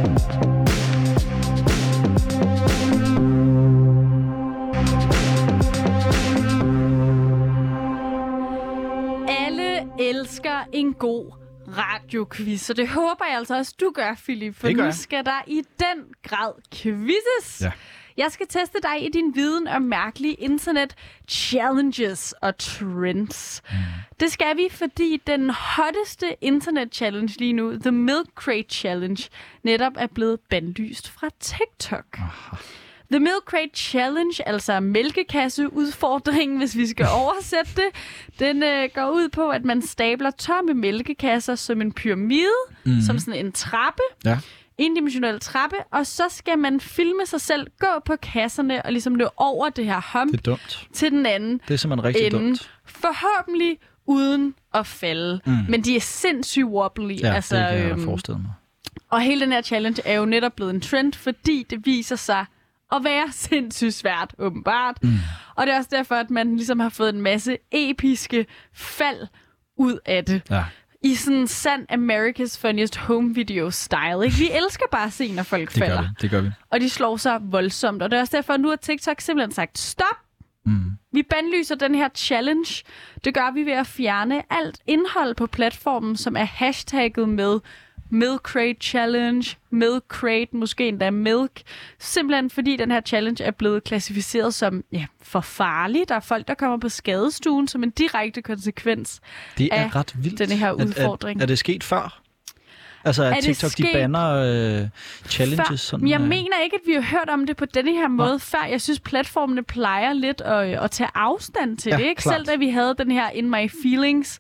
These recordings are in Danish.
Elsker en god radioquiz, så det håber jeg altså også, du gør, Philip, for nu skal der i den grad quizzes. Ja. Jeg skal teste dig i din viden om mærkelige internet-challenges og trends. Det skal vi, fordi den hotteste internet-challenge lige nu, The Milk Crate Challenge, netop er blevet bandlyst fra TikTok. Aha. The Milk Crate Challenge, altså mælkekasseudfordringen, hvis vi skal oversætte det, den går ud på, at man stabler tomme mælkekasser som en pyramide, som sådan en trappe, endimensionel trappe, og så skal man filme sig selv, gå på kasserne og ligesom løbe over det her hump til den anden. Det er simpelthen rigtig dumt. Forhåbentlig uden at falde. Men de er sindssygt wobbly. Ja, altså, det kan jeg forestille mig. Og hele den her challenge er jo netop blevet en trend, fordi det viser sig at være sindssygt svært, åbenbart. Og det er også derfor, at man ligesom har fået en masse episke fald ud af det. Ja. I sådan sand America's Funniest Home Video style. Ikke? Vi elsker bare at se, når folk falder. Det gør vi. Og de slår sig voldsomt. Og det er også derfor, at nu har TikTok simpelthen sagt, stop! Vi bandlyser den her challenge. Det gør vi ved at fjerne alt indhold på platformen, som er hashtagget med Milk Crate Challenge, Milk Crate, måske endda Milk. Simpelthen fordi den her challenge er blevet klassificeret som for farlig. Der er folk, der kommer på skadestuen som en direkte konsekvens af ret vildt. Denne her udfordring. Er det sket før? Altså at TikTok de banner challenges? Sådan, jeg mener ikke, at vi har hørt om det på denne her måde før. Jeg synes, platformene plejer lidt at tage afstand til det. Ikke? Selv da vi havde den her In My Feelings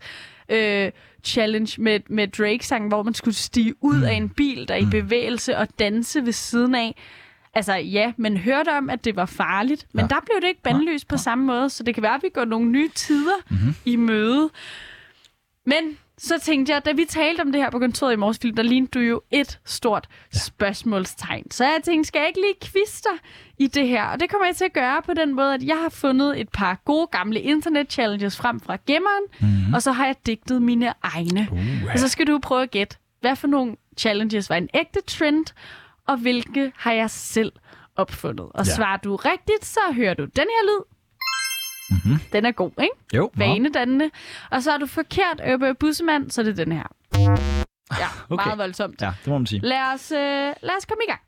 challenge med Drake-sangen, hvor man skulle stige ud af en bil, der er i bevægelse og danse ved siden af. Altså ja, man hørte om, at det var farligt, men der blev det ikke bandlyst på samme måde, så det kan være, at vi går nogle nye tider i møde. Men så tænkte jeg, da vi talte om det her på kontoret i morges, Philip, der lignede du jo et stort spørgsmålstegn. Så jeg tænkte, skal jeg ikke lige quizze dig i det her? Og det kommer jeg til at gøre på den måde, at jeg har fundet et par gode gamle internet-challenges frem fra gemmeren, og så har jeg digtet mine egne. Og så skal du prøve at gætte, hvad for nogle challenges var en ægte trend, og hvilke har jeg selv opfundet. Og svarer du rigtigt, så hører du den her lyd. Den er god, ikke? Jo. Vanedannende. Og så er du forkert, Bussemand, så er det den her. Ja, meget voldsomt. Ja, det må man sige. Lad os komme i gang.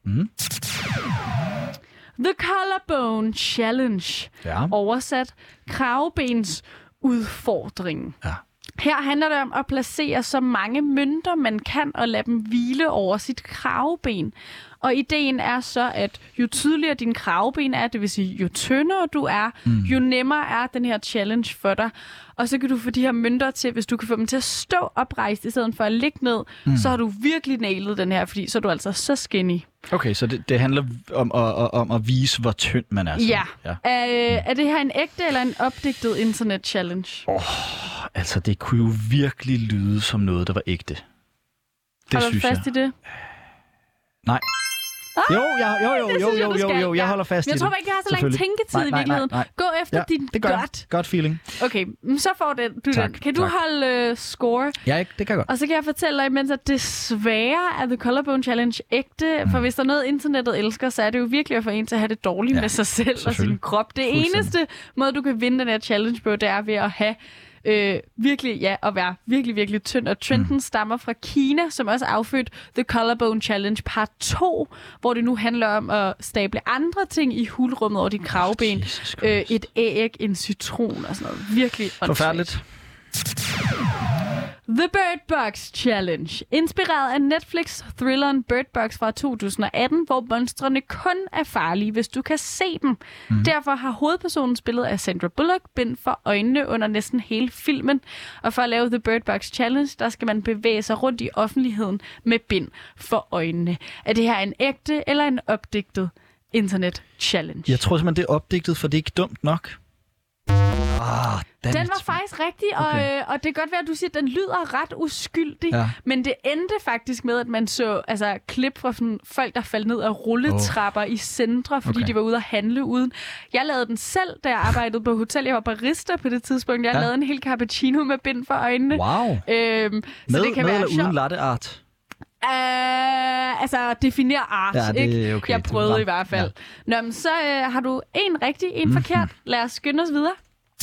The Collarbone Challenge. Ja. Oversat kravbens udfordring. Ja. Her handler det om at placere så mange mønter, man kan, og lade dem hvile over sit kravben. Og ideen er så, at jo tydeligere din kravben er, det vil sige, jo tyndere du er, jo nemmere er den her challenge for dig. Og så kan du få de her mønter til, hvis du kan få dem til at stå oprejst, i stedet for at ligge ned, så har du virkelig nailet den her, fordi så er du altså så skinny. Okay, så det handler om at vise, hvor tynd man er. Ja. Er det her en ægte eller en opdigtet internet-challenge? Altså det kunne jo virkelig lyde som noget, der var ægte. Det Holder du fast i det? Nej. Jo, jeg holder fast i det. Jeg tror ikke, jeg har så lang tænketid i virkeligheden. Nej. Gå efter din godt feeling. Okay, så får den. Kan du holde score? Ja, det kan jeg godt. Og så kan jeg fortælle dig imens, at desværre er The Collarbone Challenge ægte, for hvis der er noget, internettet elsker, så er det jo virkelig at få en til at have det dårligt med sig selv og sin krop. Det eneste måde, du kan vinde den her challenge på, det er ved at have virkelig, at være virkelig, virkelig tynd. Og trenden stammer fra Kina, som også affødt The Collarbone Challenge part 2, hvor det nu handler om at stable andre ting i hulrummet over dit kravben. Et æg, en citron og sådan noget. Virkelig forfærdeligt. The Bird Box Challenge. Inspireret af Netflix-thrilleren Bird Box fra 2018, hvor monstrene kun er farlige, hvis du kan se dem. Derfor har hovedpersonen spillet af Sandra Bullock bind for øjnene under næsten hele filmen. Og for at lave The Bird Box Challenge, der skal man bevæge sig rundt i offentligheden med bind for øjnene. Er det her en ægte eller en opdigtet internet-challenge? Jeg tror simpelthen, det er opdigtet, for det er ikke dumt nok. Den var faktisk rigtig, og det kan godt være, at du siger, at den lyder ret uskyldig, men det endte faktisk med, at man så klip fra folk, der faldt ned af rulletrapper i centre, fordi de var ude at handle uden. Jeg lavede den selv, da jeg arbejdede på hotel. Jeg var barista på det tidspunkt. Jeg lavede en hel cappuccino med bind for øjnene. Wow. Så det kan med være eller uden latte art? altså definere art, ja, det ikke? Okay. Jeg prøvede i hvert fald. Ja. Nå, men så har du en rigtig, en forkert. Lad os skynde os videre.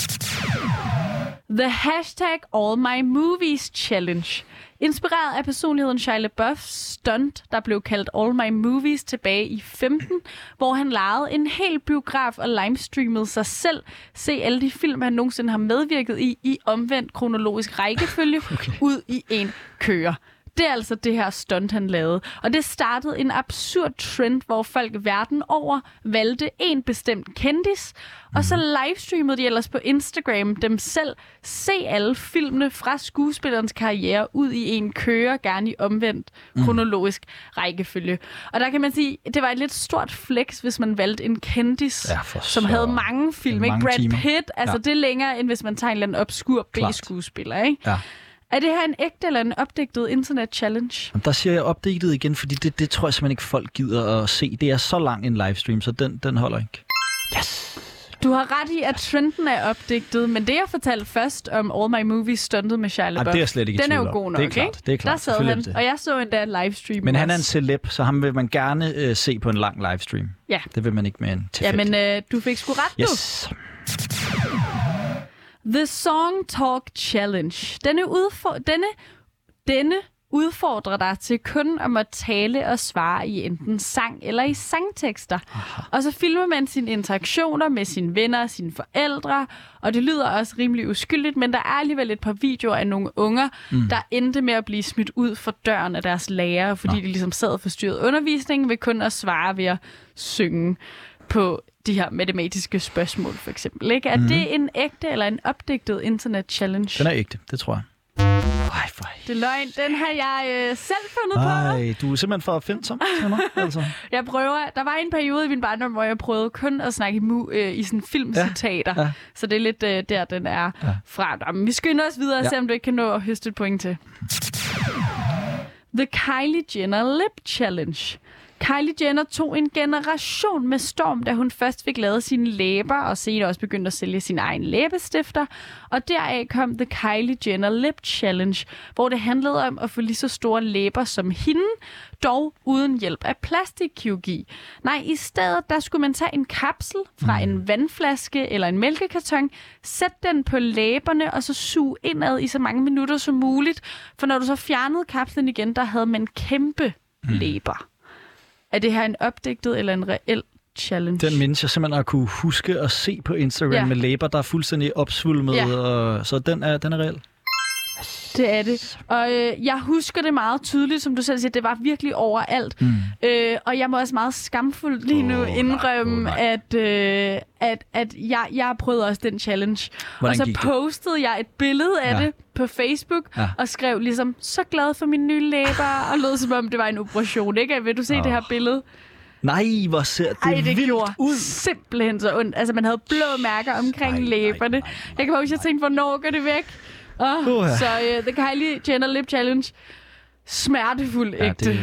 The hashtag All My Movies Challenge. Inspireret af personligheden Shia LaBeouf's stunt, der blev kaldt All My Movies tilbage i 15, hvor han lejede en hel biograf og livestreamede sig selv, se alle de film, han nogensinde har medvirket i omvendt kronologisk rækkefølge, ud i en køre. Det er altså det her stunt, han lavede. Og det startede en absurd trend, hvor folk verden over valgte en bestemt kendis, og så livestreamede de ellers på Instagram dem selv se alle filmene fra skuespillerens karriere ud i en køre, gerne i omvendt kronologisk rækkefølge. Og der kan man sige, det var et lidt stort flex, hvis man valgte en kendis, som havde mange film. Ikke? Brad Pitt, altså det er længere, end hvis man tager en eller anden obskur B-skuespiller, ikke? Ja. Er det her en ægte eller en opdigtet internet-challenge? Der siger jeg opdigtet igen, fordi det tror jeg simpelthen ikke, folk gider at se. Det er så lang en livestream, så den holder ikke. Yes! Du har ret i, at trenden er opdigtet, men det jeg fortalte først om All My Movies stuntet med Shia LaBeouf, det er slet ikke den er jo god nok, det er klart, det er klart. Der sad han, og jeg så endda livestream. Men han er en celeb, så ham vil man gerne se på en lang livestream. Ja. Det vil man ikke med en tilfælde. Ja, men du fik sgu ret, yes. The Song Talk Challenge. Denne udfordrer dig til kun om at tale og svare i enten sang eller i sangtekster. Aha. Og så filmer man sine interaktioner med sine venner og sine forældre, og det lyder også rimelig uskyldigt, men der er alligevel et par videoer af nogle unger, der endte med at blive smidt ud for døren af deres lærere, fordi de ligesom sad og forstyrrede undervisningen ved kun at svare ved at synge på de her matematiske spørgsmål, for eksempel. Ikke? Er det en ægte eller en opdigtet internet-challenge? Den er ægte, det tror jeg. Det er løgn. Den har jeg selv fundet på. Du er simpelthen for opfindsom til mig, altså. Jeg prøver. Der var en periode i min barndom, hvor jeg prøvede kun at snakke i sådan filmcitater. Ja. Så det er lidt der, den er fra. Men vi skynder os videre og se, om du ikke kan nå at høste et point til. The Kylie Jenner Lip Challenge. Kylie Jenner tog en generation med storm, da hun først fik lavet sine læber, og senere også begyndte at sælge sin egen læbestifter. Og deraf kom The Kylie Jenner Lip Challenge, hvor det handlede om at få lige så store læber som hende, dog uden hjælp af plastikkirurgi. Nej, i stedet der skulle man tage en kapsel fra en vandflaske eller en mælkekarton, sætte den på læberne og så suge indad i så mange minutter som muligt. For når du så fjernede kapslen igen, der havde man kæmpe læber. Er det her en opdigtet eller en reel challenge? Den mindes jeg simpelthen at kunne huske at se på Instagram med læber, der er fuldstændig opsvulmet, og så den er reel. Det er det. Og jeg husker det meget tydeligt, som du selv siger, det var virkelig overalt. Og jeg må også meget skamfuldt lige nu indrømme, at jeg prøvede også den challenge. Og så postede jeg et billede af det på Facebook, og skrev ligesom, så glad for mine nye læber, og lød som om det var en operation. Ikke? Vil du se det her billede? Nej, hvor ser det vildt ud. Simpelthen så ondt. Altså, man havde blå mærker omkring læberne. Jeg kan huske, at jeg tænkte, hvornår går det væk? Så The Kylie Jenner Lip Challenge. Smertefuld ægte.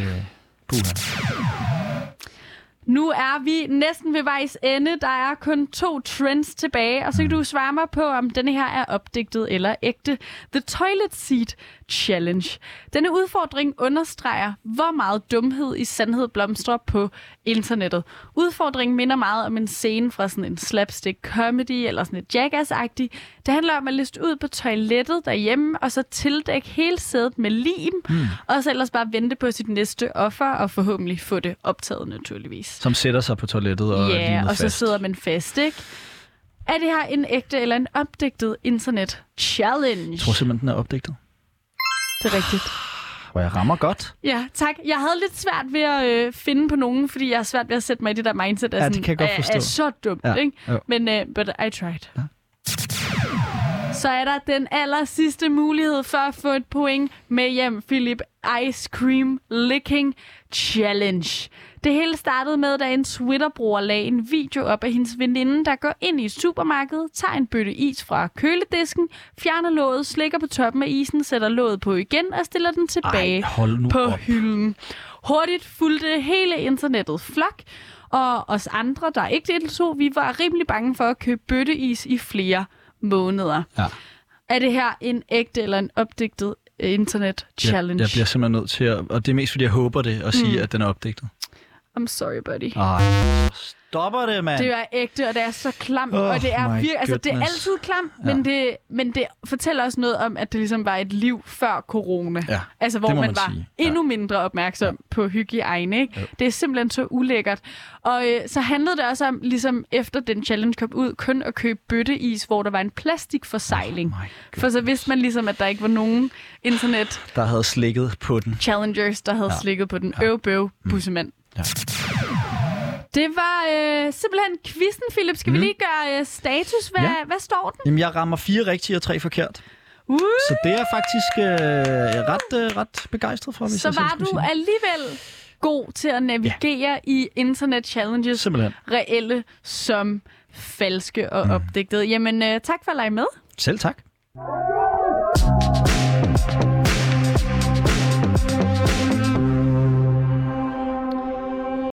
Nu er vi næsten ved vejs ende. Der er kun 2 trends tilbage, og så kan du svare mig på, om denne her er opdigtet eller ægte. The Toilet Seat Challenge. Denne udfordring understreger, hvor meget dumhed i sandhed blomstrer på internettet. Udfordringen minder meget om en scene fra sådan en slapstick comedy eller sådan et Jackass-agtig. Det handler om at liste ud på toilettet derhjemme, og så tildække hele sædet med lim, og så ellers bare vente på sit næste offer, og forhåbentlig få det optaget naturligvis. Som sætter sig på toilettet og limet og så sidder man fast, ikke? Er det her en ægte eller en opdigtet internet-challenge? Jeg tror simpelthen, den er opdigtet. Det er rigtigt. Hvor jeg rammer godt. Ja, tak. Jeg havde lidt svært ved at finde på nogen, fordi jeg har svært ved at sætte mig i det der mindset af det kan jeg godt forstå. Er så dumt, ikke? Jo. Men but I tried. Ja. Så er der den aller sidste mulighed for at få et point med hjem, Philip. Ice Cream Licking Challenge. Det hele startede med, da en Twitter-bruger lagde en video op af hendes veninde, der går ind i supermarkedet, tager en bøtte is fra køledisken, fjerner låget, slikker på toppen af isen, sætter låget på igen og stiller den tilbage på hylden. Hurtigt fulgte hele internettet flok, og os andre, der ikke deltog, vi var rimelig bange for at købe bøtteis i flere måneder. Ja. Er det her en ægte eller en opdigtet internet challenge. Jeg bliver simpelthen nødt til at, og det er mest fordi jeg håber det, at sige, at den er opdigtet. I'm sorry, buddy. Stopper det, mand. Det er ægte, og det er så klamt, og det er virkelig, altså det er altid klamt, men det fortæller også noget om, at det ligesom var et liv før corona. Ja, altså hvor man var endnu mindre opmærksom på hygiejne, ikke? Det er simpelthen så ulækkert. Og så handlede det også om, ligesom efter den challenge kom ud, kun at købe bøtteis, hvor der var en plastikforsejling. For så vidste man ligesom, at der ikke var nogen internet... Der havde slikket på den. Challengers, der havde slikket på den. Bussemand. Ja. Det var simpelthen quizzen, Philip. Skal vi lige gøre status? Hvad står den? Jamen, jeg rammer 4 rigtige og 3 forkert. Så det er faktisk ret begejstret for, hvis så var du alligevel god til at navigere i internet challenges. Simpelthen. Reelle som falske og opdigtede. Jamen, tak for at lege med. Selv tak.